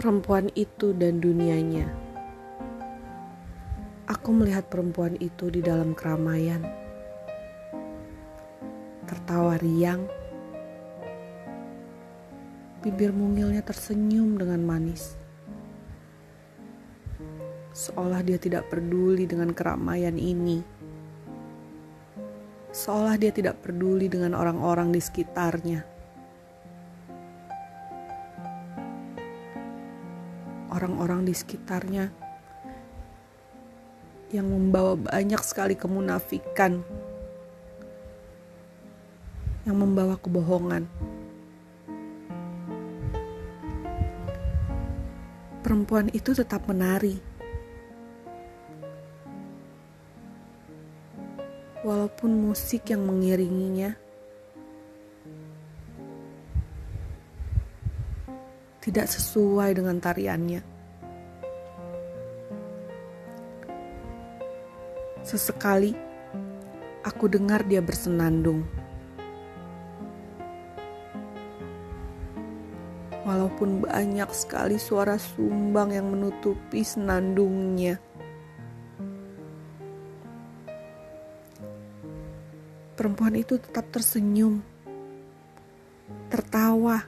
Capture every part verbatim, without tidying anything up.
Perempuan itu dan dunianya. Aku melihat perempuan itu di dalam keramaian. Tertawa riang. Bibir mungilnya tersenyum dengan manis. Seolah dia tidak peduli dengan keramaian ini. Seolah dia tidak peduli dengan orang-orang di sekitarnya. Orang-orang di sekitarnya yang membawa banyak sekali kemunafikan, yang membawa kebohongan. Perempuan itu tetap menari, walaupun musik yang mengiringinya tidak sesuai dengan tariannya. Sesekali aku dengar dia bersenandung. Walaupun banyak sekali suara sumbang yang menutupi senandungnya. Perempuan itu tetap tersenyum, tertawa.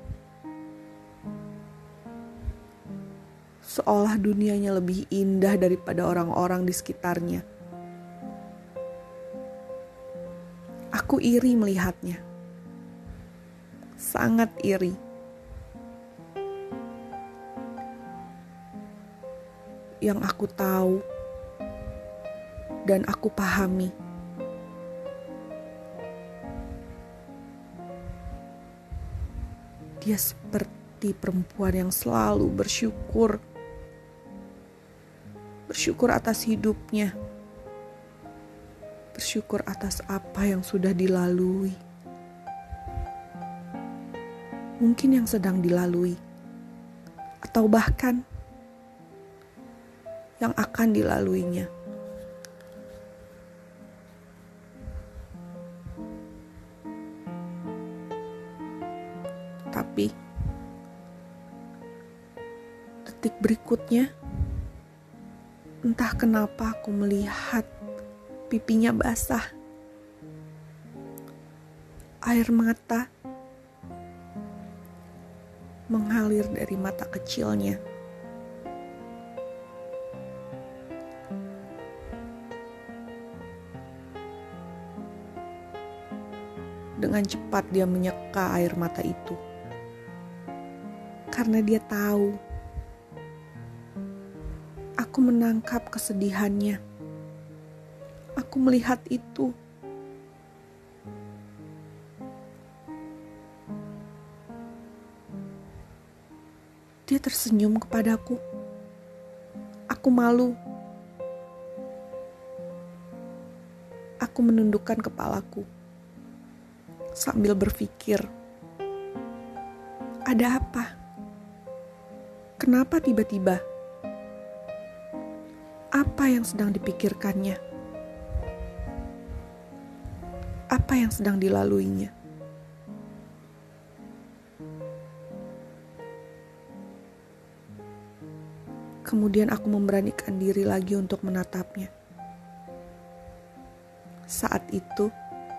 Seolah dunianya lebih indah daripada orang-orang di sekitarnya. Aku iri melihatnya. Sangat iri. Yang aku tahu dan aku pahami, dia seperti perempuan yang selalu bersyukur. Bersyukur atas hidupnya. Bersyukur atas apa yang sudah dilalui. Mungkin yang sedang dilalui. Atau bahkan yang akan dilaluinya. Tapi detik berikutnya, entah kenapa aku melihat pipinya basah. Air mata mengalir dari mata kecilnya. Dengan cepat dia menyeka air mata itu. Karena dia tahu aku menangkap kesedihannya. Aku melihat itu. Dia tersenyum kepadaku. Aku malu. Aku menundukkan kepalaku sambil berpikir, ada apa? Kenapa tiba-tiba? Apa yang sedang dipikirkannya? Apa yang sedang dilaluinya? Kemudian aku memberanikan diri lagi untuk menatapnya. Saat itu,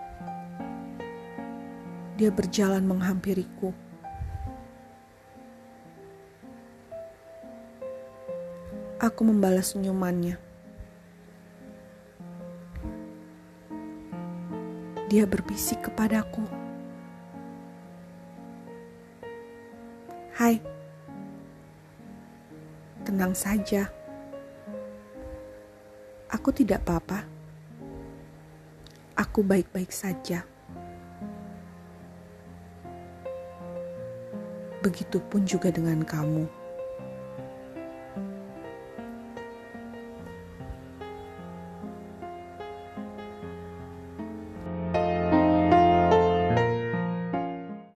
dia berjalan menghampiriku. Aku membalas senyumannya. Dia berbisik kepadaku. Hai, tenang saja. Aku tidak apa-apa. Aku baik-baik saja. Begitupun juga dengan kamu.